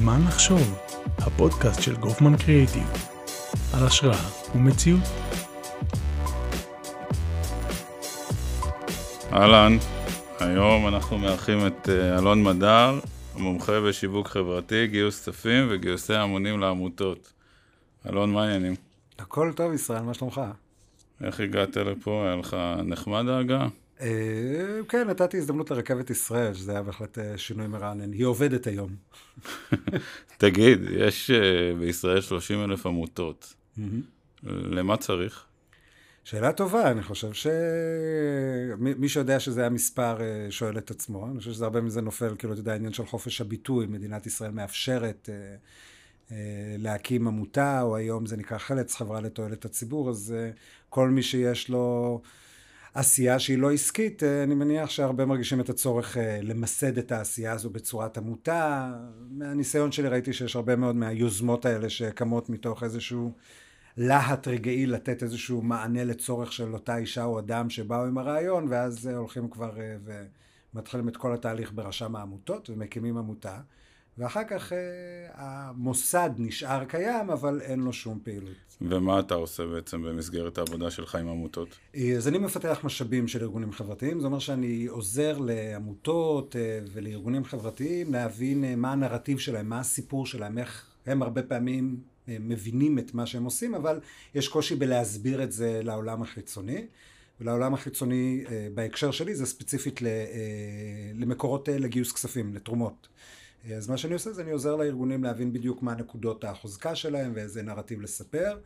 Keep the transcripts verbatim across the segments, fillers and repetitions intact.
זמן לחשוב, הפודקאסט של גופמן קריאיטיב, על השראה ומציאות. אהלן, היום אנחנו מארחים את אלון מדר, מומחה בשיווק חברתי, גיוס כספים וגיוסי המונים לעמותות. אלון, מה העניינים? הכל טוב ישראל, מה שלומך? איך הגעת לפה? היה לך נחמד ההגעה? כן, נתתי הזדמנות לרכבת ישראל, שזה היה בהחלט שינוי מרענן. היא עובדת היום. תגיד, יש בישראל שלושים אלף עמותות. למה צריך? שאלה טובה, אני חושב שמי שיודע שזה המספר שואל את עצמו. אני חושב שזה הרבה מזה נופל, כאילו, אתה יודע, העניין של חופש הביטוי. מדינת ישראל מאפשרת להקים עמותה, או היום זה נקרא חלץ, חברה לתועלת הציבור, אז כל מי שיש לו עשייה שהיא לא עסקית, אני מניח שהרבה מרגישים את הצורך למסד את העשייה הזו בצורת עמותה. מהניסיון שלי ראיתי שיש הרבה מאוד מהיוזמות האלה שקמות מתוך איזשהו להט רגעי לתת איזשהו מענה לצורך של אותה אישה או אדם שבאו עם הרעיון, ואז הולכים כבר ומתחילים את כל התהליך ברשם העמותות ומקימים עמותה. ואחר כך המוסד נשאר קיים, אבל אין לו שום פעילות. ומה אתה עושה בעצם במסגרת העבודה שלך עם עמותות? אז אני מפתח משאבים של ארגונים חברתיים. זה אומר שאני עוזר לעמותות ולארגונים חברתיים להבין מה הנרטיב שלהם, מה הסיפור שלהם, איך הם הרבה פעמים מבינים את מה שהם עושים, אבל יש קושי בלהסביר את זה לעולם החיצוני. ולעולם החיצוני בהקשר שלי זה ספציפית למקורות לגיוס כספים, לתרומות. אז מה שאני עושה זה אני עוזר לארגונים להבין בדיוק מה נקודות החוזקה שלהם ואיזה נרטיב לספר,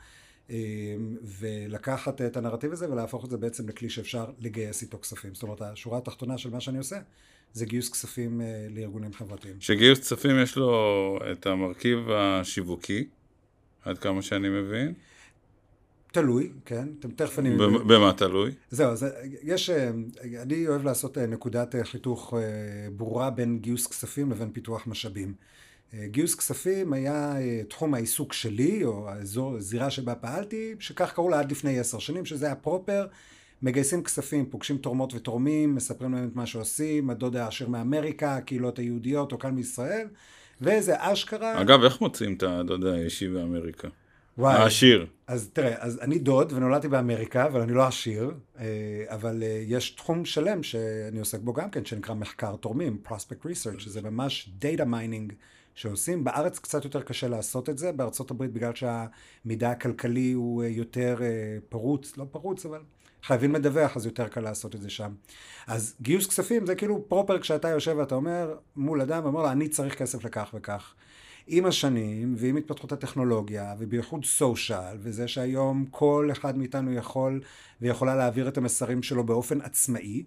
ולקחת את הנרטיב הזה ולהפוך את זה בעצם לכלי שאפשר לגייס איתו כספים. זאת אומרת, השורה התחתונה של מה שאני עושה זה גיוס כספים לארגונים חברתיים. שגיוס כספים יש לו את המרכיב השיווקי, עד כמה שאני מבין. תלוי, כן, תכף אני... במה תלוי? זהו, אז יש, אני אוהב לעשות נקודת חיתוך ברורה בין גיוס כספים לבין פיתוח משאבים. גיוס כספים היה תחום העיסוק שלי, או האזור, הזירה שבה פעלתי, שכך קראו לה עד לפני עשר שנים, שזה היה פרופר, מגייסים כספים, פוגשים תורמות ותורמים, מספרים להם את מה שעושים, הדוד העשיר מאמריקה, הקהילות היהודיות או כאן מישראל, וזה אשכרה... אגב, איך מוצאים את הדוד האישי באמריקה? וואי, העשיר. אז תראה, אז אני דוד ונולדתי באמריקה, אבל אני לא עשיר, אבל יש תחום שלם שאני עוסק בו גם כן, שנקרא מחקר תורמים, Prospect Research, שזה ממש Data Mining שעושים. בארץ קצת יותר קשה לעשות את זה, בארצות הברית בגלל שהמידע הכלכלי הוא יותר פרוץ, לא פרוץ, אבל חייבים לדווח, אז יותר קל לעשות את זה שם. אז גיוס כספים זה כאילו פרופר כשאתה יושב ואתה אומר מול אדם, אומר לו, אני צריך כסף לכך וכך. עם השנים, ועם התפתחות הטכנולוגיה, ובייחוד סושיאל, וזה שהיום כל אחד מאיתנו יכול ויכולה להעביר את המסרים שלו באופן עצמאי,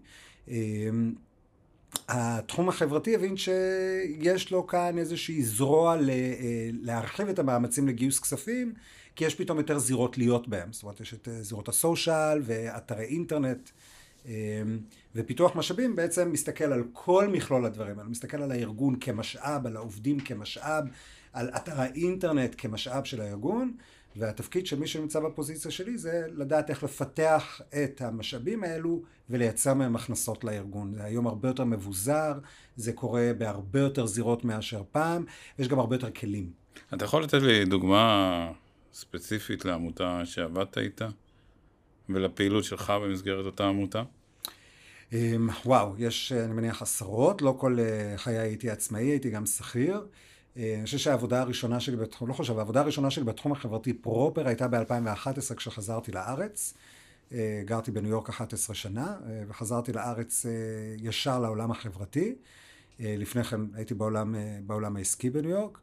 התחום החברתי הבין שיש לו כאן איזושהי זרוע להרחיב את המאמצים לגיוס כספים, כי יש פתאום יותר זירות להיות בהם. זאת אומרת, יש את זירות הסושיאל ואתרי אינטרנט, ופיתוח משאבים בעצם מסתכל על כל מכלול הדברים, אני מסתכל על הארגון כמשאב, על העובדים כמשאב, על אתר האינטרנט כמשאב של הארגון, והתפקיד של מי שנמצא בפוזיציה שלי זה לדעת איך לפתח את המשאבים האלו ולייצר מהם הכנסות לארגון. זה היום הרבה יותר מבוזר, זה קורה בהרבה יותר זירות מאשר פעם, ויש גם הרבה יותר כלים. אתה יכול לתת לי דוגמה ספציפית לעמותה שעבדת איתה? ולפעילות שלך במסגרת אותה עמותה? וואו, יש, אני מניח, עשרות, לא כל חיי הייתי עצמאי, הייתי גם שכיר. אני חושב שהעבודה הראשונה שלי בתחום, לא חושב, העבודה הראשונה שלי בתחום החברתי פרופר הייתה ב-אלפיים ואחת עשרה כשחזרתי לארץ. גרתי בניו יורק אחת עשרה שנה, וחזרתי לארץ ישר לעולם החברתי. לפני כן הייתי בעולם, בעולם העסקי בניו יורק.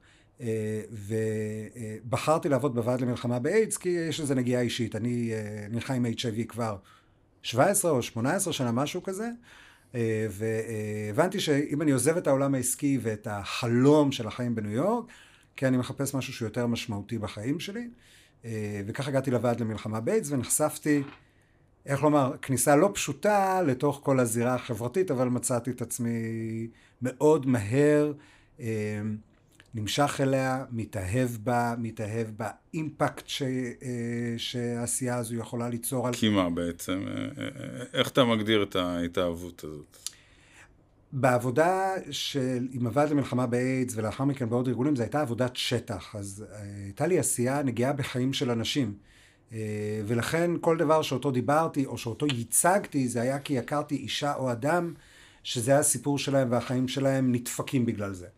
ובחרתי לעבוד בוועד למלחמה באיידס, כי יש לזה נגיעה אישית. אני, אני חי עם אייץ' איי וי כבר שבע עשרה או שמונה עשרה שנה, משהו כזה, והבנתי שאם אני עוזב את העולם העסקי ואת החלום של החיים בניו יורק, כי אני מחפש משהו שהוא יותר משמעותי בחיים שלי, וכך הגעתי לוועד למלחמה באיידס, ונחשפתי, איך לומר, כניסה לא פשוטה לתוך כל הזירה החברתית, אבל מצאתי את עצמי מאוד מהר, נמשך אליה, מתאהב בה, מתאהב באימפקט ש, שהעשייה הזו יכולה ליצור. כי מה בעצם? איך אתה מגדיר את ההתאהבות הזאת? בעבודה של, עם הוועד למלחמה באיידס ולאחר מכן בעוד ארגונים, זו הייתה עבודת שטח. אז הייתה לי עשייה נגיעה בחיים של אנשים. ולכן כל דבר שאותו דיברתי או שאותו ייצגתי, זה היה כי הכרתי אישה או אדם, שזה הסיפור שלהם והחיים שלהם נדפקים בגלל זה.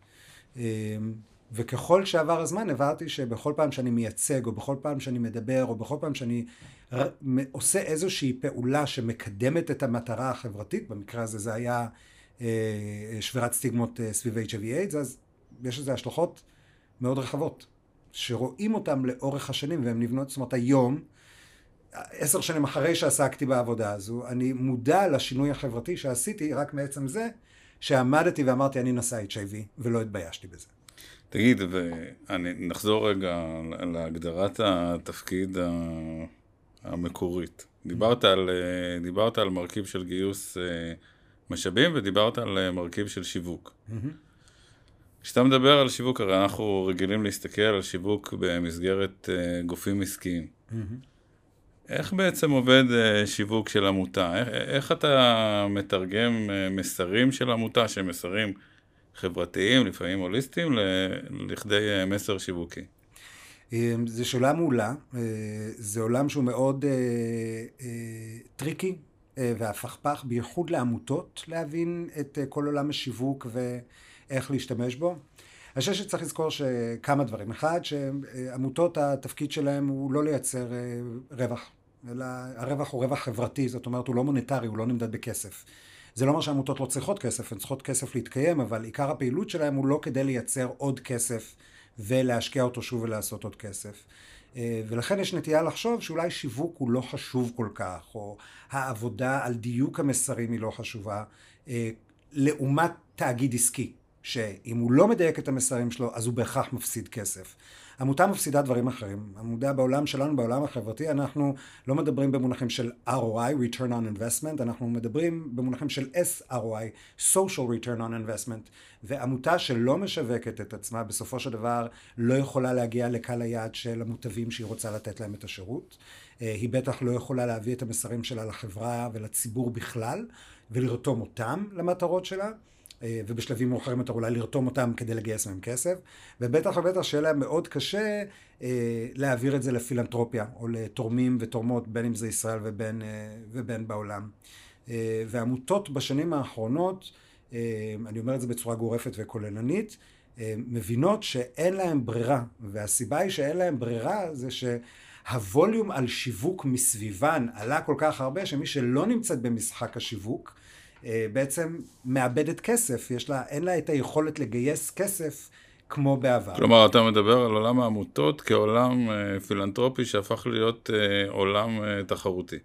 וככל שעבר הזמן הבנתי שבכל פעם שאני מייצג, או בכל פעם שאני מדבר, או בכל פעם שאני עושה איזושהי פעולה שמקדמת את המטרה החברתית, במקרה הזה זה היה שבירת סטיגמות סביב אייץ' איי וי איידס, אז יש לזה השלכות מאוד רחבות, שרואים אותם לאורך השנים, והם נבנות, זאת אומרת היום, עשר שנים אחרי שעסקתי בעבודה הזו, אני מודע לשינוי החברתי שעשיתי רק מעצם זה, שעמדתי ואמרתי אני נשא אייץ' איי וי, ולא התביישתי בזה. תגיד, ונחזור רגע להגדרת התפקיד המקורית. דיברת על, דיברת על מרכיב של גיוס משאבים, ודיברת על מרכיב של שיווק. כשאתה מדבר על שיווק, הרי אנחנו רגילים להסתכל על שיווק במסגרת גופים עסקיים. איך בעצם עובד שיווק של עמותה? איך, איך אתה מתרגם מסרים של עמותה, שהם מסרים חברתיים, לפעמים הוליסטיים, לכדי מסר שיווקי? זה שאלה מעולה. זה עולם שהוא מאוד טריקי והפכפך, בייחוד לעמותות, להבין את כל עולם השיווק ואיך להשתמש בו. אני חושב שצריך לזכור שכמה דברים. אחד, שעמותות, התפקיד שלהם הוא לא לייצר רווח, אלא הרווח הוא רווח חברתי, זאת אומרת, הוא לא מוניטרי, הוא לא נמדד בכסף. זה לא אומר שהעמותות לא צריכות כסף, הן צריכות כסף להתקיים, אבל עיקר הפעילות שלהם הוא לא כדי לייצר עוד כסף ולהשקיע אותו שוב ולעשות עוד כסף. ולכן יש נטייה לחשוב שאולי שיווק הוא לא חשוב כל כך, או העבודה על דיוק המסרים היא לא חשובה, לעומת תאגיד עסקי, שאם הוא לא מדייק את המסרים שלו, אז הוא בהכרח מפסיד כסף. עמותה מפסידה דברים אחרים. עמותה בעולם שלנו, בעולם החברתי, אנחנו לא מדברים במונחים של אר או איי, Return on Investment, אנחנו מדברים במונחים של אס אר או איי, Social Return on Investment, ועמותה שלא משווקת את עצמה, בסופו של דבר לא יכולה להגיע לקהל היעד של המוטבים שהיא רוצה לתת להם את השירות. היא בטח לא יכולה להביא את המסרים שלה לחברה ולציבור בכלל, ולרתום אותם למטרות שלה. ובשלבים מאוחרים יותר אולי לרתום אותם כדי לגייס מהם כסף, ובטח ובטח שיהיה להם מאוד קשה אה, להעביר את זה לפילנטרופיה, או לתורמים ותורמות, בין אם זה ישראל ובין, אה, ובין בעולם. אה, ועמותות בשנים האחרונות, אה, אני אומר את זה בצורה גורפת וכוללנית, אה, מבינות שאין להם ברירה, והסיבה היא שאין להם ברירה זה שהווליום על שיווק מסביבן עלה כל כך הרבה, שמי שלא נמצאת במשחק השיווק, בעצם מאבדת כסף, יש לה, אין לה את היכולת לגייס כסף כמו בעבר. כלומר, אתה מדבר על עולם העמותות כעולם פילנטרופי שהפך להיות עולם תחרותי.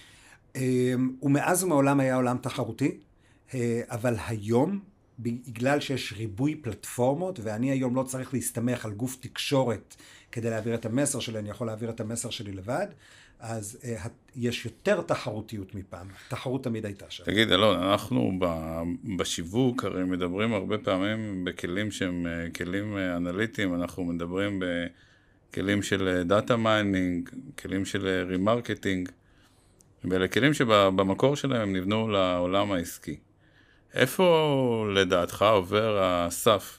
ומאז ומעולם היה עולם תחרותי, אבל היום, בגלל שיש ריבוי פלטפורמות, ואני היום לא צריך להסתמך על גוף תקשורת כדי להעביר את המסר שלי, אני יכול להעביר את המסר שלי לבד, אז uh, יש יותר תחרותיות מפעם. תחרות תמיד הייתה שם. תגיד, אלון, אנחנו בשיווק הרי מדברים הרבה פעמים בכלים שהם כלים אנליטיים, אנחנו מדברים בכלים של דאטה מיינינג, כלים של רימרקטינג, ואלה כלים שבמקור שלהם הם נבנו לעולם העסקי. איפה לדעתך עובר הסף,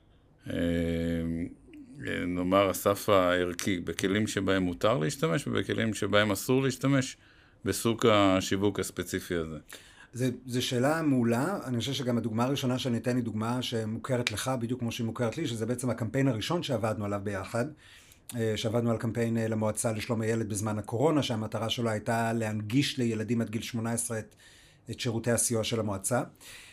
נאמר הסף הערכי, בכלים שבהם מותר להשתמש ובכלים שבהם אסור להשתמש בסוג השיווק הספציפי הזה? זו שאלה מעולה. אני חושב שגם הדוגמה הראשונה שאני אתן היא דוגמה שמוכרת לך בדיוק כמו שהיא מוכרת לי, שזה בעצם הקמפיין הראשון שעבדנו עליו ביחד. שעבדנו על קמפיין למועצה לשלום הילד בזמן הקורונה, שהמטרה שלו הייתה להנגיש לילדים עד גיל שמונה עשרה את, את שירותי הסיוע של המועצה.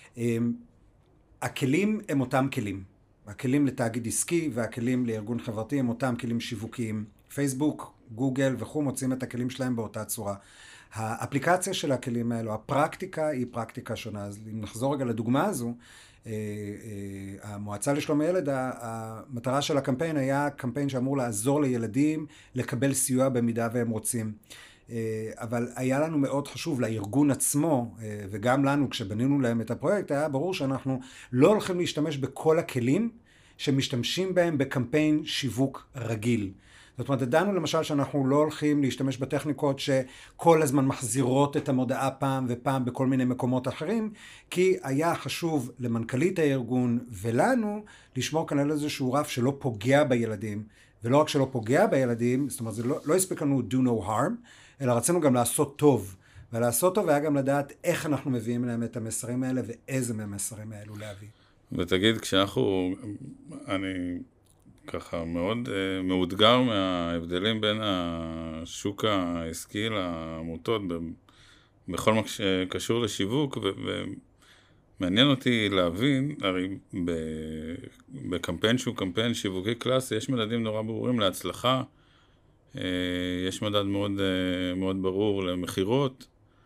הכלים הם אותם כלים. הכלים לתאגיד עסקי והכלים לארגון חברתי הם אותם כלים שיווקיים. פייסבוק, גוגל וכו' מוצאים את הכלים שלהם באותה צורה. האפליקציה של הכלים האלו, הפרקטיקה היא פרקטיקה שונה. אז אם נחזור רגע לדוגמה הזו, המועצה לשלום הילד, המטרה של הקמפיין היה קמפיין שאמור לעזור לילדים לקבל סיוע במידה והם רוצים. אבל היה לנו מאוד חשוב לארגון עצמו, וגם לנו כשבנינו להם את הפרויקט, היה ברור שאנחנו לא הולכים להשתמש בכל הכלים שמשתמשים בהם בקמפיין שיווק רגיל. זאת אומרת, ידענו למשל שאנחנו לא הולכים להשתמש בטכניקות שכל הזמן מחזירות את המודעה פעם ופעם בכל מיני מקומות אחרים, כי היה חשוב למנכ"לית הארגון ולנו לשמור כאן על איזשהו רף שלא פוגע בילדים, ולא רק שלא פוגע בילדים, זאת אומרת, זה לא, לא הספיק לנו do no harm, אלא רצינו גם לעשות טוב. ולעשות טוב היה גם לדעת איך אנחנו מביאים להם את המסרים האלה ואיזה מהמסרים האלו להביא. ותגיד, כשאנחנו, אני ככה מאוד uh, מאותגר מההבדלים בין השוק העסקי לעמותות בכל מה שקשור לשיווק, ומעניין אותי להבין, הרי בקמפיין שהוא קמפיין שיווקי קלאסי, יש מדדים נורא ברורים להצלחה, uh, יש מדד מאוד, uh, מאוד ברור למחירות,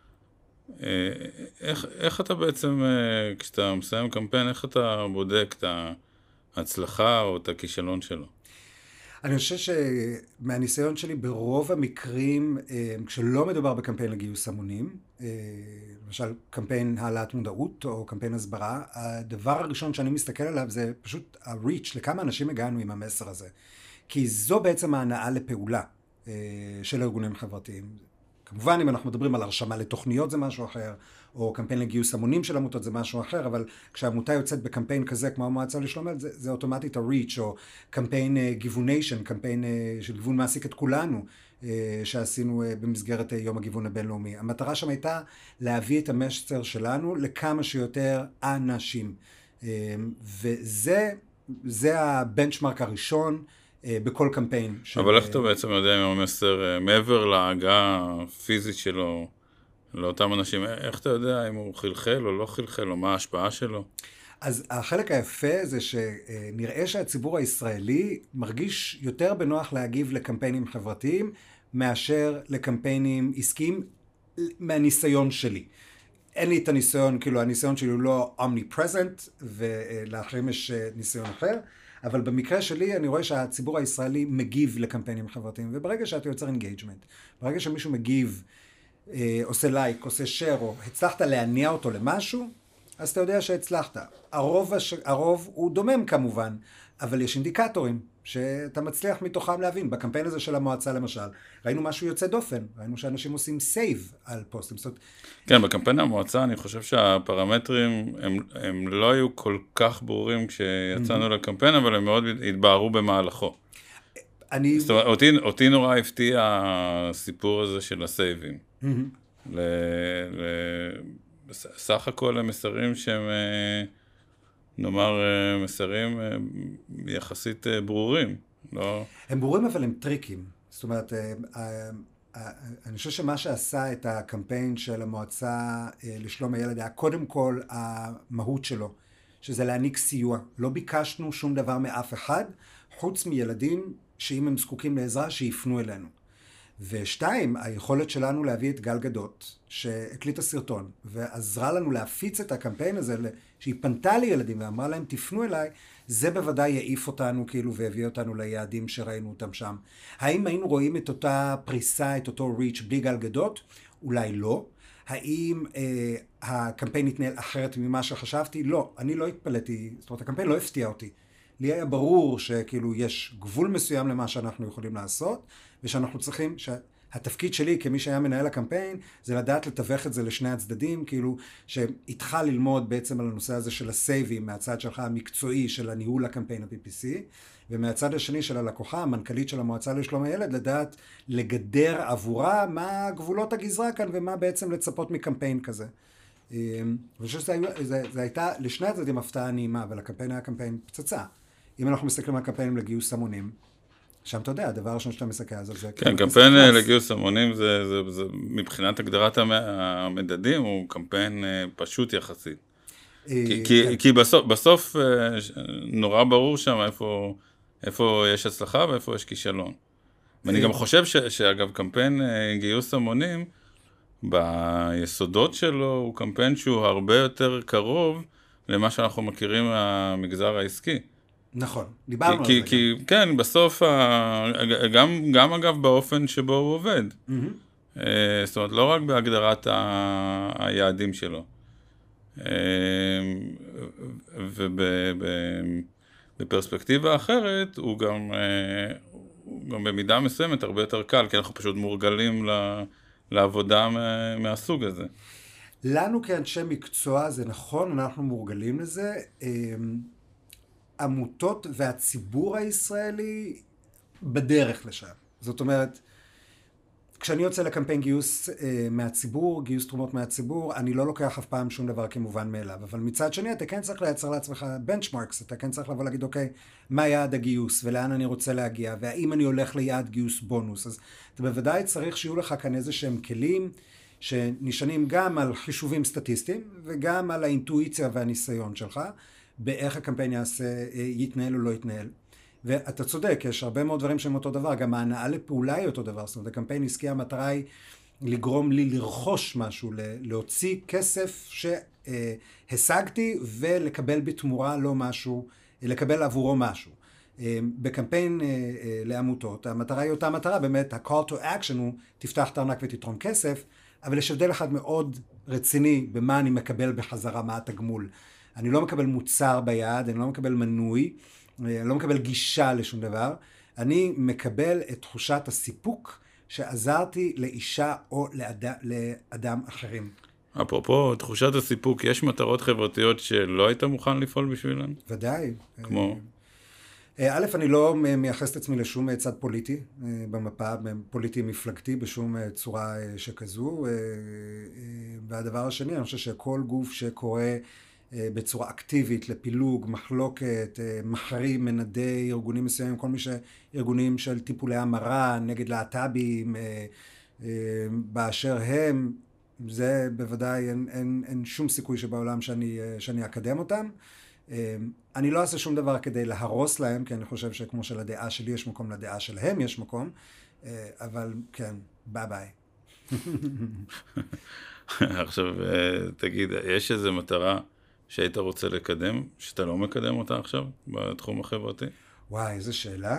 איך, איך אתה בעצם, כשאתה מסיים קמפיין, איך אתה בודק את ההצלחה או את הכישלון שלו? אני חושב שמהניסיון שלי ברוב המקרים, כשלא מדובר בקמפיין לגיוס המונים, למשל קמפיין העלאת מודעות או קמפיין הסברה, הדבר הראשון שאני מסתכל עליו זה פשוט ה-reach, לכמה אנשים הגענו עם המסר הזה. כי זו בעצם ההנאה לפעולה של הארגונים חברתיים. כמובן, אם אנחנו מדברים על הרשמה לתוכניות זה משהו אחר, או קמפיין לגיוס המונים של עמותות זה משהו אחר, אבל כשהעמותה יוצאת בקמפיין כזה כמו המועצה לשלום הילד, זה, זה אוטומטית ה-reach, או קמפיין uh, גיווניישן, קמפיין uh, של גיוון מעסיק את כולנו, uh, שעשינו uh, במסגרת uh, יום הגיוון הבינלאומי. המטרה שם הייתה להביא את המסר שלנו לכמה שיותר אנשים. Uh, וזה זה הבנצ'מרק הראשון, בכל קמפיין. אבל איך אתה בעצם יודע אם המסר, מעבר להגעה הפיזית שלו, לאותם אנשים, איך אתה יודע אם הוא חלחל או לא חלחל, או מה ההשפעה שלו? אז החלק היפה זה שנראה שהציבור הישראלי מרגיש יותר בנוח להגיב לקמפיינים חברתיים, מאשר לקמפיינים עסקיים, מהניסיון שלי. אין לי את הניסיון, כאילו הניסיון שלי הוא לא omnipresent, ולאחרים יש ניסיון אחר, אבל במקרה שלי אני רואה שהציבור הישראלי מגיב לקמפיינים חברתיים, וברגע שאתה יוצר אינגייג'מנט, ברגע שמישהו מגיב, אה, עושה לייק, עושה share, או הצלחת להניע אותו למשהו, אז אתה יודע שהצלחת. הרוב, הש... הרוב הוא דומם כמובן, אבל יש אינדיקטורים שאתה מצליח מתוכם להבין. בקמפיין הזה של המועצה למשל, ראינו משהו יוצא דופן, ראינו שאנשים עושים סייב על פוסטים. זאת... כן, בקמפיין המועצה אני חושב שהפרמטרים הם, הם לא היו כל כך ברורים כשיצאנו mm-hmm. לקמפיין, אבל הם מאוד התבהרו במהלכו. אני... זאת אומרת, אותי, אותי נורא הפתיע הסיפור הזה של הסייבים. Mm-hmm. ל... ל... סך הכל המסרים שהם, נאמר, מסרים יחסית ברורים, לא? הם ברורים אבל הם טריקים. זאת אומרת, אני חושב שמה שעשה את הקמפיין של המועצה לשלום הילד היה קודם כל המהות שלו, שזה להעניק סיוע. לא ביקשנו שום דבר מאף אחד, חוץ מילדים שאם הם זקוקים לעזרה, שיפנו אלינו. ושתיים, היכולת שלנו להביא את גל גדות, שהקליט הסרטון, ועזרה לנו להפיץ את הקמפיין הזה, שהיא פנתה לילדים ואמרה להם, תפנו אליי, זה בוודאי יעיף אותנו, כאילו, והביא אותנו ליעדים שראינו אותם שם. האם היינו רואים את אותה פריסה, את אותו ריץ' בלי גל גדות? אולי לא. האם אה, הקמפיין יתנהל אחרת ממה שחשבתי? לא, אני לא התפלאתי, זאת אומרת, הקמפיין לא הפתיע אותי. לי היה ברור שכאילו יש גבול מסוים למה שאנחנו יכולים לעשות, ושאנחנו צריכים, שהתפקיד שלי כמי שהיה מנהל הקמפיין, זה לדעת לתווך את זה לשני הצדדים, כאילו שהתחל ללמוד בעצם על הנושא הזה של הסייבים, מהצד שלך המקצועי של הניהול הקמפיין ה-פי פי סי, ומהצד השני של הלקוחה, המנכ"לית של המועצה לשלום הילד, לדעת לגדר עבורה מה גבולות הגזרה כאן, ומה בעצם לצפות מקמפיין כזה. ואני חושב שזה הייתה לשני הצדדים הפתעה נעימה, ולקמפיין היה קמפיין פצצה. אם אנחנו מסתכלים על קמפיינים לגיוס המונים, שם אתה יודע, הדבר הראשון שאתה מסתכל על זה. כן, קמפיין לגיוס המונים, זה, זה, זה, מבחינת הגדרת המדדים, הוא קמפיין פשוט יחסית. כי, כי, כי בסוף, בסוף נורא ברור שם איפה, איפה יש הצלחה ואיפה יש כישלון. ואני גם חושב ש, שאגב, קמפיין גיוס המונים, ביסודות שלו, הוא קמפיין שהוא הרבה יותר קרוב למה שאנחנו מכירים מהמגזר העסקי. נכון, דיברנו על כי, זה. כי, כן, בסוף, גם, גם אגב באופן שבו הוא עובד. Mm-hmm. זאת אומרת, לא רק בהגדרת היעדים שלו. ובפרספקטיבה אחרת, הוא גם, גם במידה מסוימת הרבה יותר קל, כי אנחנו פשוט מורגלים לעבודה מהסוג הזה. לנו כאנשי מקצוע זה נכון, אנחנו מורגלים לזה. עמותות והציבור הישראלי בדרך לשם. זאת אומרת, כשאני יוצא לקמפיין גיוס אה, מהציבור, גיוס תרומות מהציבור, אני לא לוקח אף פעם שום דבר כמובן מאליו. אבל מצד שני, אתה כן צריך לייצר לעצמך בנצ'מרקס, אתה כן צריך לבוא להגיד, אוקיי, מה יעד הגיוס ולאן אני רוצה להגיע, והאם אני הולך ליעד גיוס בונוס. אז אתה בוודאי צריך שיהיו לך כאן איזה שהם כלים, שנשענים גם על חישובים סטטיסטיים, וגם על האינטואיציה והניסיון שלך, באיך הקמפיין יעשה, יתנהל או לא יתנהל. ואתה צודק, יש הרבה מאוד דברים שהם אותו דבר, גם ההנאה לפעולה היא אותו דבר. זאת אומרת, הקמפיין עסקי, המטרה היא לגרום לי לרכוש משהו, להוציא כסף שהשגתי ולקבל בתמורה לא משהו, לקבל עבורו משהו. בקמפיין לעמותות, המטרה היא אותה מטרה, באמת, ה-call to action הוא תפתח את הארנק ותתרום כסף, אבל יש הבדל אחד מאוד רציני במה אני מקבל בחזרה, מה התגמול. אני לא מקבל מוצר ביד, אני לא מקבל מנוי, אני לא מקבל גישה לשום דבר, אני מקבל את תחושת הסיפוק שעזרתי לאישה או לאדם, לאדם אחרים. אפרופו, תחושת הסיפוק, יש מטרות חברתיות שלא היית מוכן לפעול בשבילן? ודאי. כמו? א', אני לא מייחס את עצמי לשום צד פוליטי במפה, פוליטי מפלגתי בשום צורה שכזו. והדבר השני, אני חושב שכל גוף שקורא בצורה אקטיבית לפילוג, מחלוקת, מחרים, מנדי ארגונים מסוימים, כל מי שארגונים של טיפולי המרה, נגד להט"בים, באשר הם, זה בוודאי אין, אין, אין שום סיכוי שבעולם שאני, שאני אקדם אותם. אני לא אעשה שום דבר כדי להרוס להם, כי אני חושב שכמו שלדעה שלי יש מקום, לדעה שלהם יש מקום, אבל כן, ביי ביי. עכשיו, תגיד, יש איזו מטרה שהיית רוצה לקדם, שאתה לא מקדם אותה עכשיו בתחום החברתי? וואי, איזו שאלה.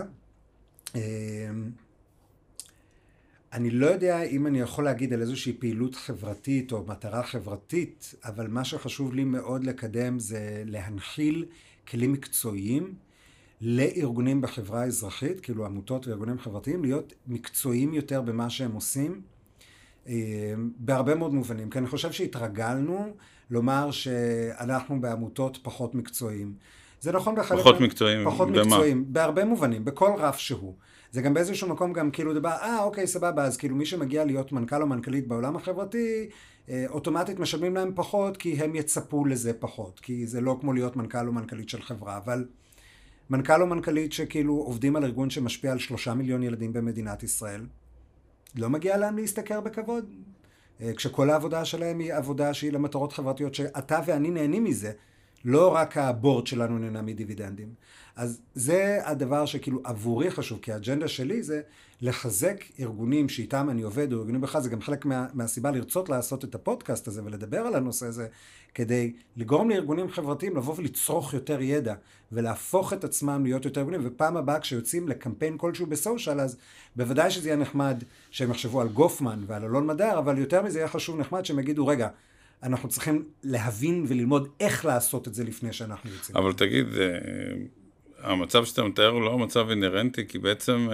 אני לא יודע אם אני יכול להגיד על איזושהי פעילות חברתית או מטרה חברתית, אבל מה שחשוב לי מאוד לקדם זה להנחיל כלים מקצועיים לארגונים בחברה האזרחית, כאילו עמותות וארגונים חברתיים, להיות מקצועיים יותר במה שהם עושים, בהרבה מאוד מובנים. כי אני חושב שהתרגלנו לומר שאנחנו בעמותות פחות מקצועיים. זה נכון בחלק... פחות מקצועיים, פחות במה? מקצועיים, בהרבה מובנים, בכל רף שהוא. זה גם באיזשהו מקום גם כאילו דבר, אה, אוקיי, סבבה, אז כאילו מי שמגיע להיות מנכ"ל או מנכ"לית בעולם החברתי, אוטומטית משלמים להם פחות, כי הם יצפו לזה פחות, כי זה לא כמו להיות מנכ"ל או מנכ"לית של חברה, אבל מנכ"ל או מנכ"לית שכאילו עובדים על ארגון שמשפיע על שלושה מיליון ילדים במדינת ישראל, לא מגיע להם להסתכר בכבוד. כשכל העבודה שלהם היא עבודה שהיא למטרות חברתיות, שאתה ואני נהנים מזה, לא רק הבורד שלנו נהנה מדיבידנדים. אז זה הדבר שכאילו עבורי חשוב, כי האג'נדה שלי זה לחזק ארגונים שאיתם אני עובד, או ארגונים בכלל, זה גם חלק מה, מהסיבה לרצות לעשות את הפודקאסט הזה ולדבר על הנושא הזה, כדי לגרום לארגונים חברתיים לבוא ולצרוך יותר ידע, ולהפוך את עצמם להיות יותר ארגונים, ופעם הבאה כשיוצאים לקמפיין כלשהו בסושיאל, אז בוודאי שזה יהיה נחמד שהם יחשבו על גופמן ועל אלון מדר, אבל יותר מזה יהיה חשוב נחמד שהם יגידו, רגע, אנחנו צריכים להבין וללמוד איך לעשות את זה לפני שאנחנו יוצאים. אבל תגיד, המצב שאתה מתאר הוא לא מצב אינרנטי, כי בעצם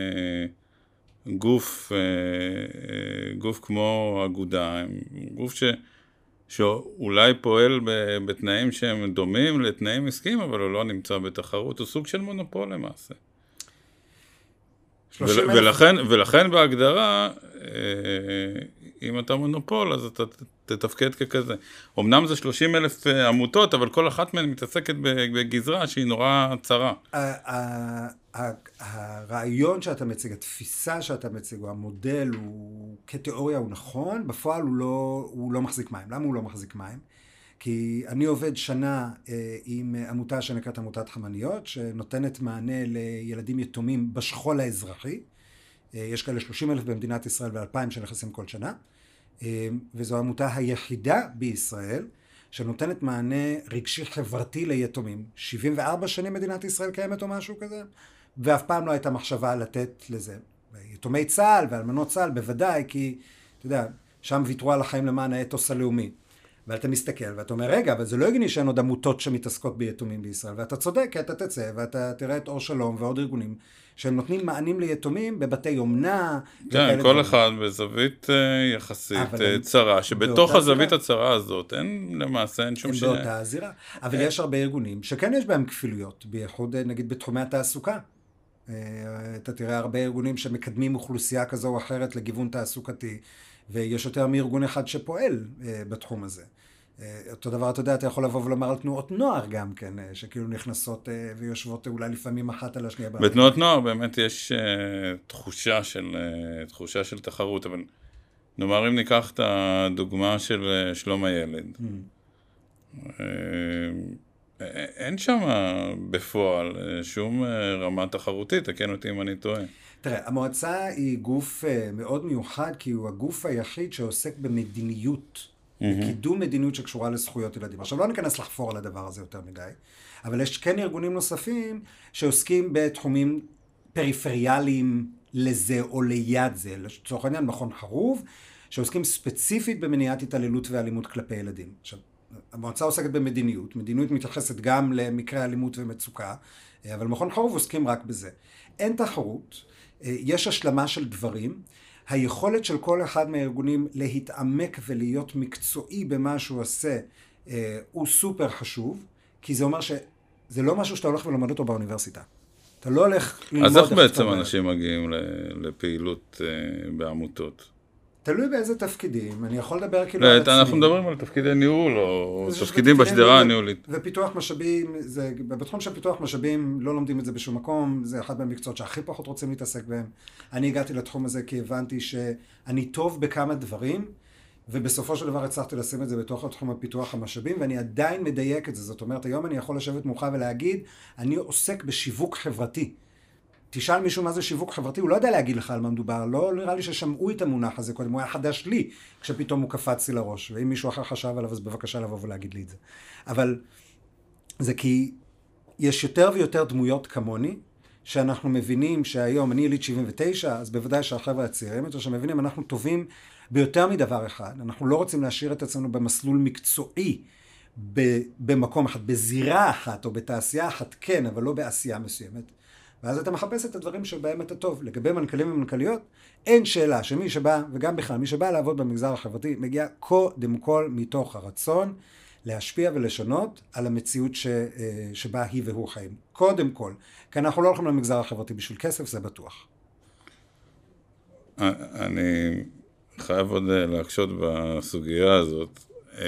גוף, גוף כמו אגודה, גוף ש, שאולי פועל בתנאים שהם דומים לתנאים עסקיים, אבל הוא לא נמצא בתחרות, הוא סוג של מונופול למעשה. ולכן, ולכן בהגדרה, אם אתה מונופול, אז אתה תתפקד ככזה. אמנם זה שלושים אלף עמותות, אבל כל אחת מהן מתעסקת בגזרה שהיא נורא צרה. הרעיון שאתה מציג, התפיסה שאתה מציג, המודל הוא, כתיאוריה הוא נכון, בפועל הוא לא, הוא לא מחזיק מים. למה הוא לא מחזיק מים? כי אני עובד שנה עם עמותה שנקראת עמותת חמניות, שנותנת מענה לילדים יתומים בשכול האזרחי. יש כאלה שלושים אלף במדינת ישראל ואלפיים שנכנסים כל שנה. וזו העמותה היחידה בישראל שנותנת מענה רגשי חברתי ליתומים. שבעים וארבע שנים מדינת ישראל קיימת או משהו כזה, ואף פעם לא הייתה מחשבה לתת לזה. יתומי צה"ל ואלמנות צה"ל בוודאי, כי אתה יודע, שם ויתרו על החיים למען האתוס הלאומי. ואתה מסתכל, ואתה אומר, רגע, אבל זה לא הגיוני שאין עוד עמותות שמתעסקות ביתומים בישראל, ואתה צודק, כי אתה תצא, ואתה תראה את אור שלום ועוד ארגונים, שהם נותנים מענים ליתומים בבתי אומנה. כן, כל אחד בזווית יחסית צרה, שבתוך הזווית הצרה הזאת, אין למעשה, אין שום שני. הם באותה הזירה. אבל יש הרבה ארגונים שכן יש בהם כפילויות, בייחוד נגיד בתחומי התעסוקה. אתה תראה הרבה ארגונים שמקדמים אוכלוסייה כזו או אחרת לגיוון תעסוקתי, ויש יותר מארגון אחד שפועל בתחום הזה. אותו דבר, אתה יודע, אתה יכול לבוא ולומר על תנועות נוער גם כן, שכאילו נכנסות ויושבות אולי לפעמים אחת על השנייה. בתנועות נוער באמת יש תחושה של, תחושה של תחרות, אבל נאמר אם ניקח את הדוגמה של שלום הילד. אין שם בפועל שום רמה תחרותית, תקן אותי אם אני טועה. תראה, המועצה היא גוף מאוד מיוחד, כי הוא הגוף היחיד שעוסק במדיניות, בקידום מדיניות שקשורה לזכויות ילדים. עכשיו לא ניכנס לחפור על הדבר הזה יותר מדי, אבל יש כן ארגונים נוספים שעוסקים בתחומים פריפריאליים לזה או ליד זה. לצורך העניין, מכון חרוב, שעוסקים ספציפית במניעת התעללות ואלימות כלפי ילדים. עכשיו, המועצה עוסקת במדיניות, מדיניות מתייחסת גם למקרי אלימות ומצוקה, אבל מכון חרוב עוסקים רק בזה. אין תחרות, יש השלמה של דברים, היכולת של כל אחד מהארגונים להתעמק ולהיות מקצועי במה שהוא עושה, הוא סופר חשוב, כי זה אומר שזה לא משהו שאתה הולך ולומד אותו באוניברסיטה. אתה לא הולך ללמוד... אז איך בעצם אנשים מגיעים לפעילות בעמותות? תלוי באיזה תפקידים, אני יכול לדבר כאילו על עצמי. אנחנו מדברים על תפקידי ניהול, או תפקידים בשדרה הניהולית. ופיתוח משאבים, בתחום של פיתוח משאבים לא לומדים את זה בשום מקום, זה אחד מהמקצועות שהכי פחות רוצים להתעסק בהם. אני הגעתי לתחום הזה כי הבנתי שאני טוב בכמה דברים, ובסופו של דבר הצלחתי לשים את זה בתוך התחום הפיתוח המשאבים, ואני עדיין מדייק את זה. זאת אומרת, היום אני יכול לשבת מולך ולהגיד, אני עוסק בשיווק חברתי. תשאל מישהו מה זה שיווק חברתי, הוא לא יודע להגיד לך על מה מדובר, לא נראה לי ששמעו את המונח הזה קודם, הוא היה חדש לי, כשפתאום הוא קפץ לי לראש, ואם מישהו אחר חשב עליו, אז בבקשה לבוא ולהגיד לי את זה. אבל זה כי יש יותר ויותר דמויות כמוני, שאנחנו מבינים שהיום, אני יליד שבעים ותשע, אז בוודאי שהחבר'ה הצעירים, את שמבינים, אנחנו טובים ביותר מדבר אחד, אנחנו לא רוצים להשאיר את עצמנו במסלול מקצועי, במקום אחד, בזירה אחת, או בתעשייה אחת, כן, אבל לא בעשייה מסוימת. ואז אתה מחפש את הדברים שבהם אתה טוב. לגבי מנכ"לים ומנכ"ליות, אין שאלה שמי שבא, וגם בכלל, מי שבא לעבוד במגזר החברתי, מגיע קודם כל מתוך הרצון להשפיע ולשנות על המציאות ש, שבה היא והוא חיים. קודם כל. כי אנחנו לא הולכים למגזר החברתי בשביל כסף, זה בטוח. אני חייב עוד להקשות בסוגיה הזאת.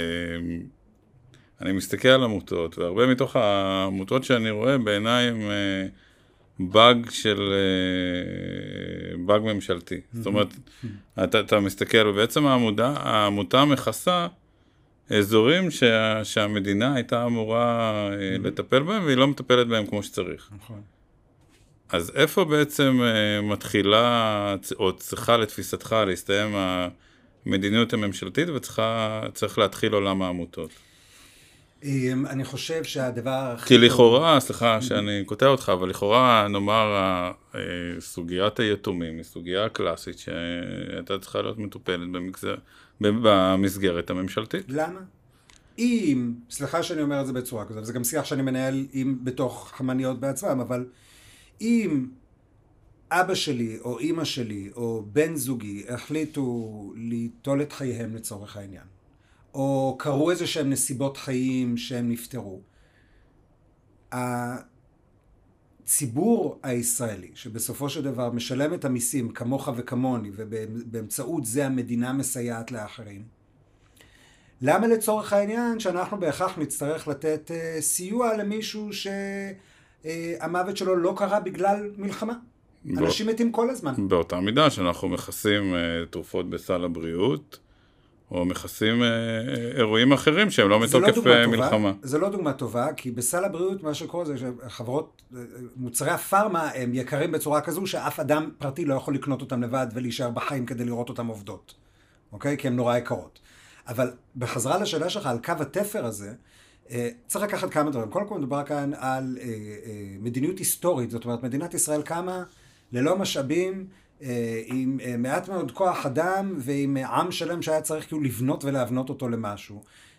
אני מסתכל על עמותות, והרבה מתוך העמותות שאני רואה בעיניי הם באג של, באג ממשלתי. זאת אומרת, אתה, אתה מסתכל, ובעצם העמודה, העמותה מכסה אזורים שה, שהמדינה הייתה אמורה לטפל בהם, והיא לא מטפלת בהם כמו שצריך. נכון. אז איפה בעצם מתחילה, או צריכה לתפיסתך להסתיים המדיניות הממשלתית, וצריך להתחיל עולם העמותות? אני חושב שהדבר... כי לכאורה, סליחה שאני קוטע אותך, אבל לכאורה נאמר סוגיית היתומים, היא סוגיה קלאסית שהייתה צריכה להיות מטופלת במגזר, במסגרת הממשלתית. למה? אם, סליחה שאני אומר את זה בצורה כזאת, וזה גם שיח שאני מנהל עם בתוך חמניות בעצמם, אבל אם אבא שלי או אמא שלי או בן זוגי החליטו ליטול את חייהם לצורך העניין, או קרו איזה שהם נסיבות חיים שהם נפטרו, הציבור הישראלי, שבסופו של דבר משלם את המיסים כמוך וכמוני, ובאמצעות זה המדינה מסייעת לאחרים, למה לצורך העניין שאנחנו בהכרח נצטרך לתת סיוע למישהו שהמוות שלו לא קרה בגלל מלחמה? אנשים מתים כל הזמן. באותה מידה שאנחנו מכסים תרופות בסל הבריאות, או מכסים אירועים אחרים שהם לא מתוקף מלחמה. זה לא דוגמה טובה, כי בסל הבריאות מה שקורה זה שחברות, מוצרי הפארמה הם יקרים בצורה כזו שאף אדם פרטי לא יכול לקנות אותם לבד ולהישאר בחיים כדי לראות אותם עובדות. אוקיי? כי הן נורא יקרות. אבל בחזרה לשאלה שלך על קו התפר הזה, צריך לקחת כמה דברים. קודם כל מדובר כאן על מדיניות היסטורית, זאת אומרת מדינת ישראל קמה ללא משאבים, עם מעט מאוד כוח אדם ועם עם שלם שהיה צריך כאילו לבנות ולהבנות אותו למשהו.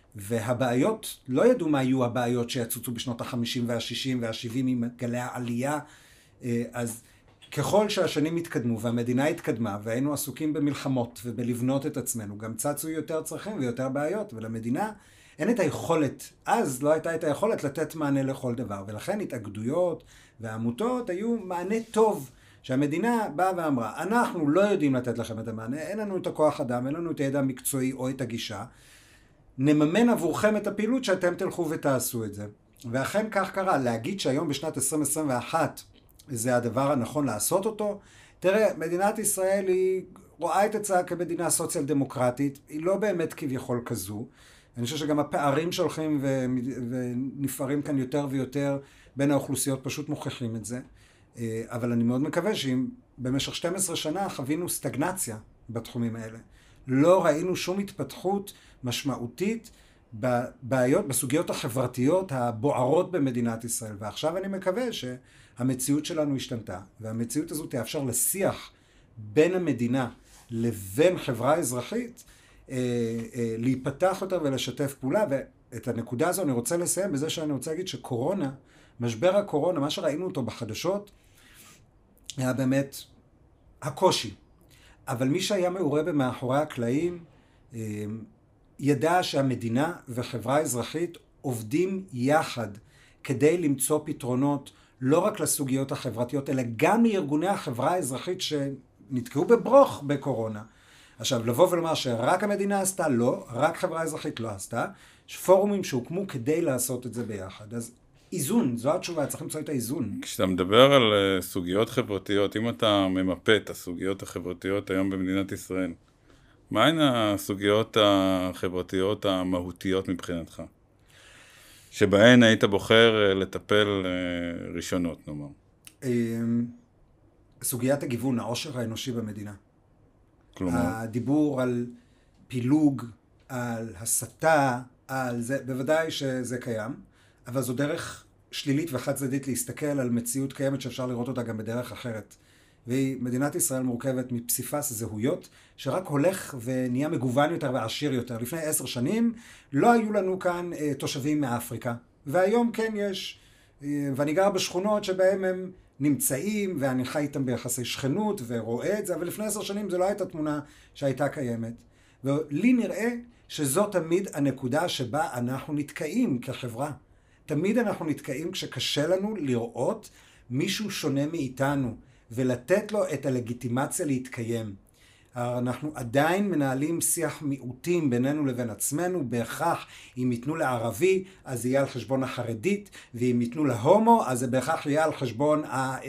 והבעיות, לא ידעו מה יהיו הבעיות שיצוצו בשנות ה-חמישים וה-שישים וה-שבעים עם גלי העלייה. אז ככל שהשנים התקדמו והמדינה התקדמה והיינו עסוקים במלחמות ובלבנות את עצמנו, גם צצו יותר צרכים ויותר בעיות, ולמדינה אין את היכולת, אז לא הייתה את היכולת לתת מענה לכל דבר, ולכן התאגדויות והעמותות היו מענה טוב, שהמדינה באה ואמרה, אנחנו לא יודעים לתת לכם את המענה, אין לנו את הכוח אדם, אין לנו את הידע המקצועי או את הגישה, נממן עבורכם את הפעילות שאתם תלכו ותעשו את זה. ואכן כך קרה, להגיד שהיום בשנת עשרים עשרים ואחת זה הדבר הנכון לעשות אותו, תראה, מדינת ישראל היא רואה את עצמה כמדינה סוציאל דמוקרטית, היא לא באמת כביכול כזו, אני חושב שגם הפערים שהולכים ונפערים כאן יותר ויותר בין האוכלוסיות פשוט מוכיחים את זה. אבל אני מאוד מקווה שאם במשך שתים עשרה שנה חווינו סטגנציה בתחומים האלה. לא ראינו שום התפתחות משמעותית בבעיות, בסוגיות החברתיות הבוערות במדינת ישראל. ועכשיו אני מקווה שהמציאות שלנו השתנתה, והמציאות הזו תאפשר לשיח בין המדינה לבין חברה אזרחית, להיפתח יותר ולשתף פעולה, ואת הנקודה הזו אני רוצה לסיים בזה שאני רוצה להגיד שקורונה, משבר הקורונה, מה שראינו אותו בחדשות, היה באמת הקושי. אבל מי שהיה מעורה במאחורי הקלעים, ידע שהמדינה וחברה אזרחית עובדים יחד כדי למצוא פתרונות לא רק לסוגיות החברתיות, אלא גם לארגוני החברה האזרחית שנתקעו בברוך בקורונה. עכשיו, לבוא ולומר שרק המדינה עשתה, לא, רק חברה אזרחית לא עשתה, יש פורומים שהוקמו כדי לעשות את זה ביחד. אז איזון, זו התשובה, צריך למצוא את האיזון. כשאתה מדבר על סוגיות חברתיות, אם אתה ממפה את הסוגיות החברתיות היום במדינת ישראל, מהן הסוגיות החברתיות המהותיות מבחינתך? שבהן היית בוחר לטפל ראשונות, נאמר. סוגיית הגיוון, העושר האנושי במדינה. כלומר? הדיבור על פילוג, על הסתה, על זה, בוודאי שזה קיים, אבל זו דרך שלילית וחד צדדית להסתכל על מציאות קיימת שאפשר לראות אותה גם בדרך אחרת. ומדינת ישראל מורכבת מפסיפס זהויות, שרק הולך ונהיה מגוון יותר ועשיר יותר. לפני עשר שנים לא היו לנו כאן אה, תושבים מאפריקה, והיום כן יש. אה, ואני גר בשכונות שבהם הם נמצאים, ואני חי איתם ביחסי שכנות ורואה את זה, אבל לפני עשר שנים זו לא הייתה תמונה שהייתה קיימת. ולי נראה שזו תמיד הנקודה שבה אנחנו נתקעים כחברה. תמיד אנחנו נתקעים כשקשה לנו לראות מישהו שונה מאיתנו, ולתת לו את הלגיטימציה להתקיים. אנחנו עדיין מנהלים שיח מיעוטים בינינו לבין עצמנו, בהכרח אם ייתנו לערבי אז זה יהיה על חשבון החרדית, ואם ייתנו להומו אז זה בהכרח יהיה על חשבון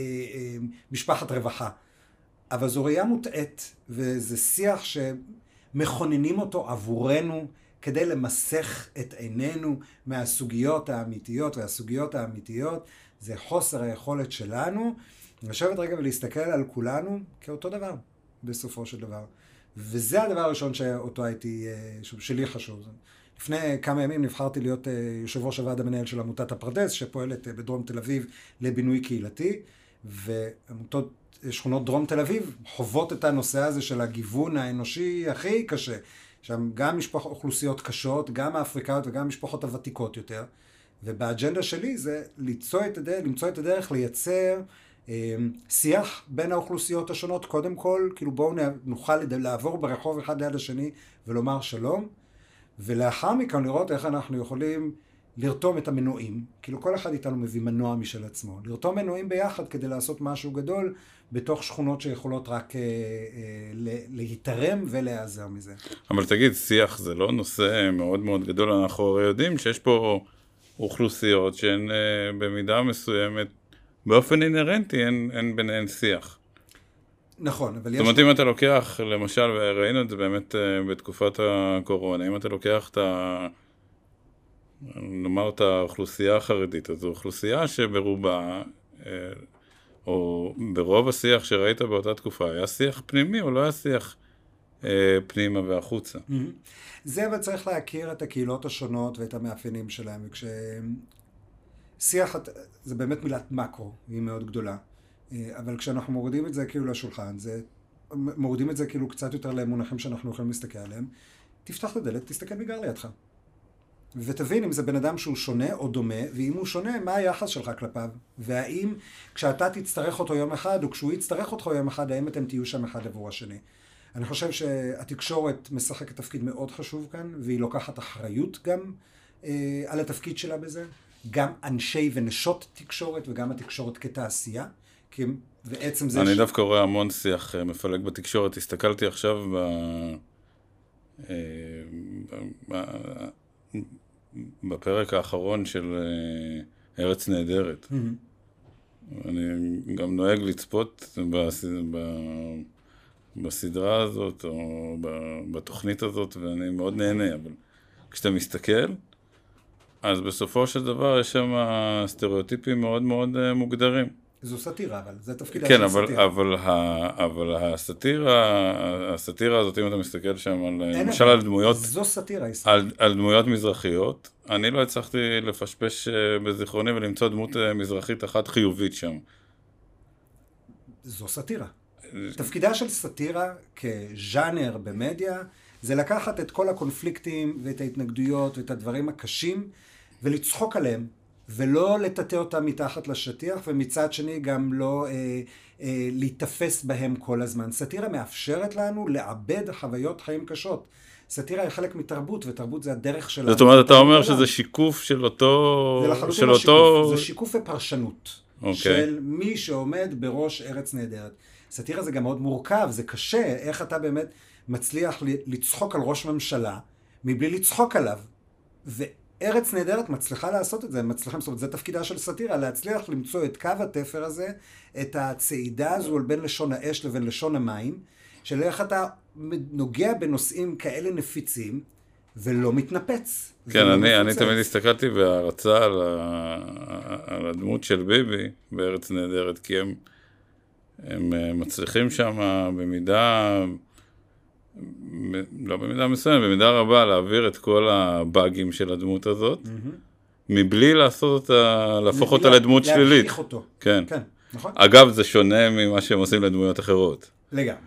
משפחת רווחה. אבל זו ראייה מוטעת, וזה שיח שמכוננים אותו עבורנו, כדי למסך את עינינו מהסוגיות האמיתיות, והסוגיות האמיתיות זה חוסר היכולת שלנו, לשבת רגע ולהסתכל על כולנו כאותו דבר, בסופו של דבר. וזה הדבר הראשון שאותו הייתי, שלי חשוב. לפני כמה ימים נבחרתי להיות יושב ראש הוועד המנהל של עמותת הפרדס, שפועלת בדרום תל אביב לבינוי קהילתי, ועמותות שכונות דרום תל אביב חוות את הנושא הזה של הגיוון האנושי הכי קשה. שם גם משפחות אוכלוסיות קשות, גם האפריקאיות וגם המשפחות הוותיקות יותר. ובאג'נדה שלי זה למצוא את הדרך, למצוא את הדרך לייצר שיח בין האוכלוסיות השונות. קודם כל, כאילו בואו נוכל לעבור ברחוב אחד ליד השני ולומר שלום, ולאחר מכן לראות איך אנחנו יכולים לרתום את המנועים. כאילו כל אחד איתנו מביא מנוע משל עצמו. לרתום מנועים ביחד כדי לעשות משהו גדול בתוך שכונות שיכולות רק אה, אה, להתערם ולהיעזר מזה. אבל תגיד, שיח זה לא נושא מאוד מאוד גדול. אנחנו הרי יודעים שיש פה אוכלוסיות שהן אה, במידה מסוימת, באופן אינרנטי אין, אין ביניהן שיח. נכון, אבל יש... זאת אומרת, אם אתה לוקח, למשל, וראינו את זה באמת בתקופת הקורונה, אם אתה לוקח את ה... נאמר את האוכלוסייה החרדית, אז זו אוכלוסייה שברובה, או ברוב השיח שראית באותה תקופה, היה שיח פנימי או לא היה שיח פנימה והחוצה? זה אבל צריך להכיר את הקהילות השונות ואת המאפיינים שלהם, וכש... שיח, זה באמת מילת מקרו, היא מאוד גדולה. אבל כשאנחנו מורידים את זה כאילו לשולחן, זה, מורידים את זה כאילו קצת יותר למונחים שאנחנו יכולים להסתכל עליהם, תפתח את הדלת, תסתכל מגר לידך. ותבין אם זה בן אדם שהוא שונה או דומה, ואם הוא שונה, מה היחס שלך כלפיו? והאם כשאתה תצטרך אותו יום אחד, או כשהוא יצטרך אותו יום אחד, האם אתם תהיו שם אחד עבור השני? אני חושב שהתקשורת משחקת תפקיד מאוד חשוב כאן, והיא לוקחת אחריות גם אה, על התפקיד שלה בזה. גם אנשי ונשות תקשורת, וגם התקשורת כתעשייה. כי בעצם זה... אני ש... דווקא רואה המון שיח מפלג בתקשורת. הסתכלתי עכשיו ב... ב... בפרק האחרון של ארץ נהדרת. Mm-hmm. אני גם נוהג לצפות בס... ב... בסדרה הזאת, או בתוכנית הזאת, ואני מאוד נהנה, אבל כשאתה מסתכל, אז בסופו של דבר יש שם סטריאוטיפים מאוד מאוד מוגדרים. זו סאטירה, אבל זה תפקידה כן, של אבל, סאטירה. אבל, אבל הסאטירה, הסאטירה הזאת, אם אתה מסתכל שם על, למשל על דמויות, זו סאטירה, על, על דמויות מזרחיות, אני לא הצלחתי לפשפש בזיכרוני ולמצוא דמות מזרחית אחת חיובית שם. זו סאטירה. תפקידה של סאטירה כז'אנר במדיה, זה לקחת את כל הקונפליקטים ואת ההתנגדויות ואת הדברים הקשים, ולצחוק עליהם, ולא לטאטא אותם מתחת לשטיח, ומצד שני גם לא אה, אה, להתאפס בהם כל הזמן. סאטירה מאפשרת לנו לעבד חוויות חיים קשות. סאטירה היא חלק מתרבות, ותרבות זה הדרך שלנו. זאת אומרת, אתה אומר שזה שיקוף של אותו... זה לחלוטין של לא אותו... שיקוף, זה שיקוף ופרשנות. Okay. של מי שעומד בראש ארץ נהדרת. סאטירה זה גם מאוד מורכב, זה קשה, איך אתה באמת מצליח לצחוק על ראש ממשלה, מבלי לצחוק עליו. וארץ נהדרת מצליחה לעשות את זה, מצליחה, זאת אומרת, זה תפקידה של סאטירה, להצליח למצוא את קו התפר הזה, את הצעידה הזו בין לשון האש לבין לשון המים, של איך אתה נוגע בנושאים כאלה נפיצים, ולא מתנפץ. כן, אני, אני תמיד הסתכלתי בהרצאה על, ה, על הדמות של ביבי בארץ נהדרת, כי הם, הם מצליחים שם במידה, לא במידה מסוימת, במידה רבה להעביר את כל הבאגים של הדמות הזאת, mm-hmm. מבלי לעשות אותה, להפוך אותה לדמות שלילית. להמשיך אותו. כן. כן, נכון? אגב, זה שונה ממה שהם עושים לדמויות אחרות. לגמרי.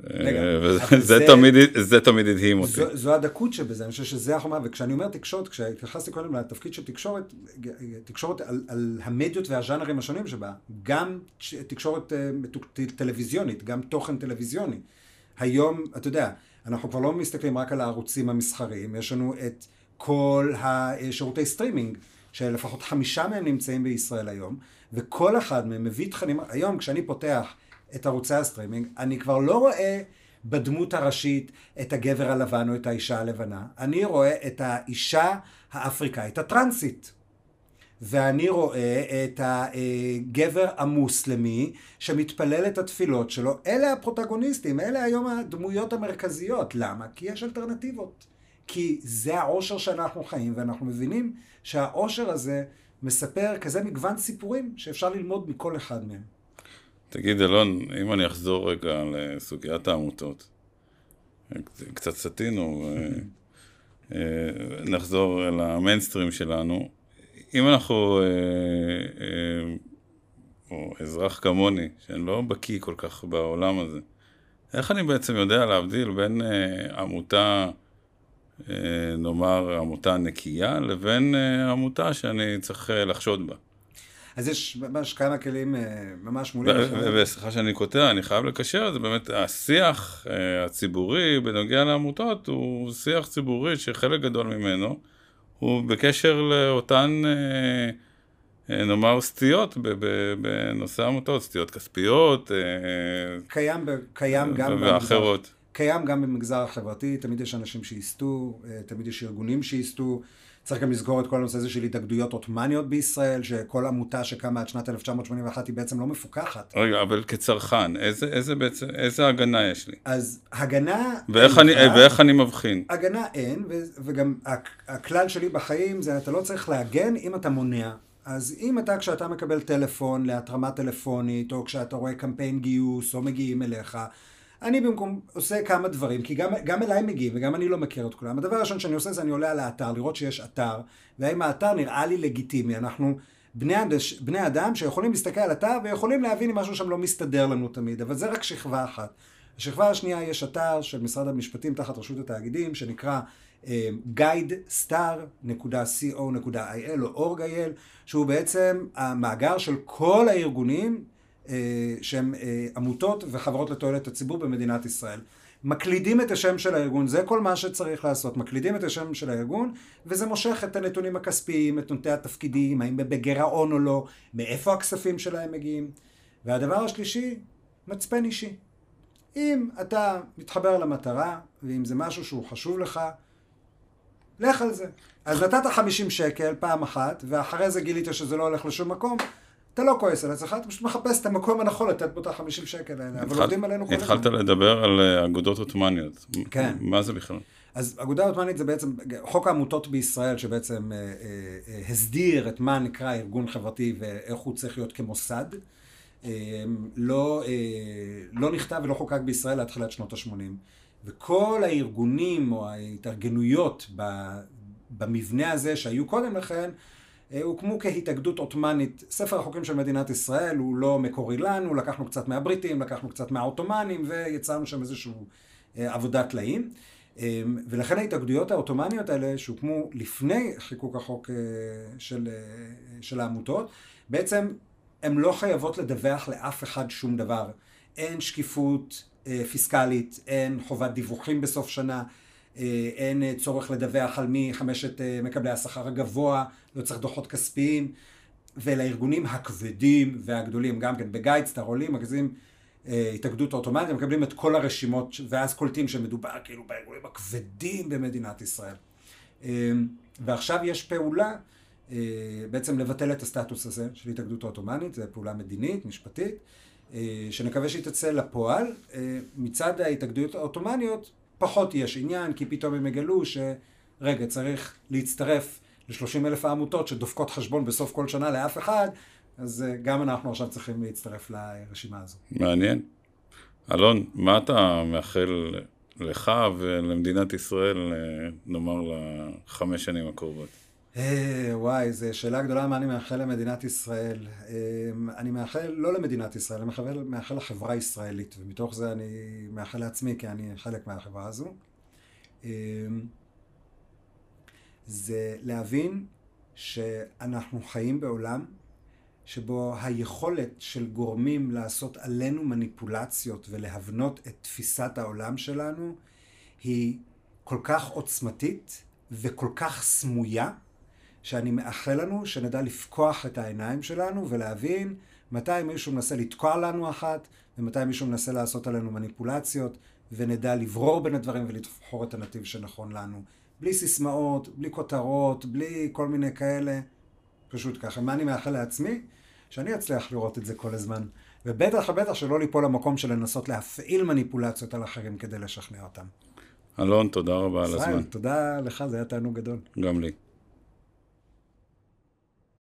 זה תמיד הדהים אותי. זו הדקות שבזה, אני חושב שזה החומה, וכשאני אומר תקשורת, כשהתייחסתי קודם לתפקיד של תקשורת, תקשורת על המדיות והז'אנרים השונים שבה, גם תקשורת טלוויזיונית, גם תוכן טלוויזיוני. היום, אתה יודע, אנחנו כבר לא מסתכלים רק על הערוצים המסחריים, יש לנו את כל השירותי סטרימינג, שלפחות חמישה מהם נמצאים בישראל היום, וכל אחד מהם מביא תכנים, היום כשאני פותח את ערוצי הסטרימינג, אני כבר לא רואה בדמות הראשית את הגבר הלבן או את האישה הלבנה. אני רואה את האישה האפריקאית הטרנסית. ואני רואה את הגבר המוסלמי שמתפלל את התפילות שלו. אלה הפרוטגוניסטים, אלה היום הדמויות המרכזיות. למה? כי יש אלטרנטיבות. כי זה העושר שאנחנו חיים, ואנחנו מבינים שהעושר הזה מספר כזה מגוון סיפורים שאפשר ללמוד מכל אחד מהם. תגיד, אלון, אם אני אחזור רגע לסוגיית העמותות, קצת סטינו, נחזור למיינסטרים שלנו. אם אנחנו, או אזרח כמוני, שאני לא בקיא כל כך בעולם הזה, איך אני בעצם יודע להבדיל בין עמותה, נאמר, עמותה נקייה, לבין עמותה שאני צריך לחשוד בה? אז יש ממש כמה כלים ממש מולים. וסליחה שאני קוטע, אני חייב לקשר, זה באמת השיח הציבורי בנוגע לעמותות, הוא שיח ציבורי שחלק גדול ממנו, הוא בקשר לאותן, נאמר, סטיות בנושא העמותות, סטיות כספיות. קיים, קיים גם ואחרות. קיים גם במגזר החברתי, תמיד יש אנשים שיסתו, תמיד יש ארגונים שיסתו. צריך גם לסגור את כל הנושא הזה של התאגדויות עות'מאניות בישראל, שכל עמותה שקמה עד שנת אלף תשע מאות שמונים ואחת היא בעצם לא מפוקחת. רגע, אבל כצרכן, איזה, איזה בעצם, איזה הגנה יש לי? אז הגנה... ואיך אני, ואיך אני מבחין? הגנה אין, וגם הכלל שלי בחיים זה, אתה לא צריך להגן אם אתה מונע. אז אם אתה, כשאתה מקבל טלפון להתרמה טלפונית, או כשאתה רואה קמפיין גיוס, או מגיעים אליך, אני במקום עושה כמה דברים, כי גם, גם אליי מגיעים, וגם אני לא מכיר את כולם. הדבר הראשון שאני עושה זה אני עולה על האתר, לראות שיש אתר, והאם האתר נראה לי לגיטימי. אנחנו בני, אדש, בני אדם שיכולים להסתכל על אתר, ויכולים להבין אם משהו שם לא מסתדר לנו תמיד, אבל זה רק שכבה אחת. השכבה השנייה, יש אתר של משרד המשפטים תחת רשות התאגידים, שנקרא גייד סטאר נקודה סי או נקודה איי אל או אורג נקודה איי אל, שהוא בעצם המאגר של כל הארגונים שהם עמותות וחברות לתועלת הציבור במדינת ישראל. מקלידים את השם של הארגון, זה כל מה שצריך לעשות, מקלידים את השם של הארגון, וזה מושך את הנתונים הכספיים, את נוטי התפקידים, האם בגירעון או לא, מאיפה הכספים שלהם מגיעים. והדבר השלישי, מצפן אישי. אם אתה מתחבר למטרה, ואם זה משהו שהוא חשוב לך, לך על זה. אז נתת חמישים שקל פעם אחת, ואחרי זה גילית שזה לא הולך לשום מקום, אתה לא כועס על עצמך, אתה פשוט מחפש את המקום הנכון לתת בו את ה-חמישים שקל האלה, אבל עובדים עלינו כל הזמן. התחלת לדבר על אגודות עות'מאניות. כן. מה זה בכלל? אז אגודה עות'מאנית זה בעצם חוק העמותות בישראל, שבעצם אה, אה, הסדיר את מה נקרא ארגון חברתי ואיך הוא צריך להיות כמוסד. אה, לא, אה, לא נכתב ולא חוקק בישראל להתחילת שנות ה-שמונים. וכל הארגונים או ההתארגנויות במבנה הזה שהיו קודם לכן, הוקמו כהתאגדות עות'מאנית. ספר החוקים של מדינת ישראל הוא לא מקורי לנו, לקחנו קצת מהבריטים, לקחנו קצת מהעות'מאנים, ויצרנו שם איזושהי עבודת טלאים. ולכן ההתאגדויות העות'מאניות האלה, שהוקמו לפני חיקוק החוק של, של העמותות, בעצם הן לא חייבות לדווח לאף אחד שום דבר. אין שקיפות פיסקלית, אין חובת דיווחים בסוף שנה, אין צורך לדווח על מי חמשת מקבלי השכר הגבוה, לא צריך דוחות כספיים, ולארגונים הכבדים והגדולים, גם כן בגיידסטאר עולים, מגזים התאגדות עות'מאנית, הם מקבלים את כל הרשימות, ואז קולטים שמדובר כאילו בארגונים הכבדים במדינת ישראל. ועכשיו יש פעולה, בעצם לבטל את הסטטוס הזה של התאגדות עות'מאנית, זו פעולה מדינית, משפטית, שנקווה שהיא תצא לפועל. מצד ההתאגדויות העות'מאניות, פחות יש עניין, כי פתאום הם יגלו שרגע, צריך להצטרף ל-שלושים אלף העמותות שדופקות חשבון בסוף כל שנה לאף אחד, אז גם אנחנו עכשיו צריכים להצטרף לרשימה הזו. מעניין. אלון, מה אתה מאחל לך ולמדינת ישראל, נאמר, לחמש שנים הקרובות? וואי, זו שאלה גדולה מה אני מאחל למדינת ישראל. אני מאחל לא למדינת ישראל, אני מאחל, מאחל לחברה הישראלית, ומתוך זה אני מאחל לעצמי, כי אני חלק מהחברה הזו. זה להבין שאנחנו חיים בעולם שבו היכולת של גורמים לעשות עלינו מניפולציות ולהבנות את תפיסת העולם שלנו היא כל כך עוצמתית וכל כך סמויה, שאני מאחל לנו שנדע לפקוח את העיניים שלנו ולהבין מתי מישהו מנסה לתקוע לנו אחת ומתי מישהו מנסה לעשות עלינו מניפולציות, ונדע לברור בין הדברים ולבחור את הנתיב שנכון לנו. בלי סיסמאות, בלי כותרות, בלי כל מיני כאלה. פשוט ככה. מה אני מאחל לעצמי? שאני אצליח לראות את זה כל הזמן. ובטח ובטח שלא ליפול למקום של לנסות להפעיל מניפולציות על אחרים כדי לשכנע אותם. אלון, תודה רבה על הזמן. תודה לך, זה היה תענוג גדול. גם לי.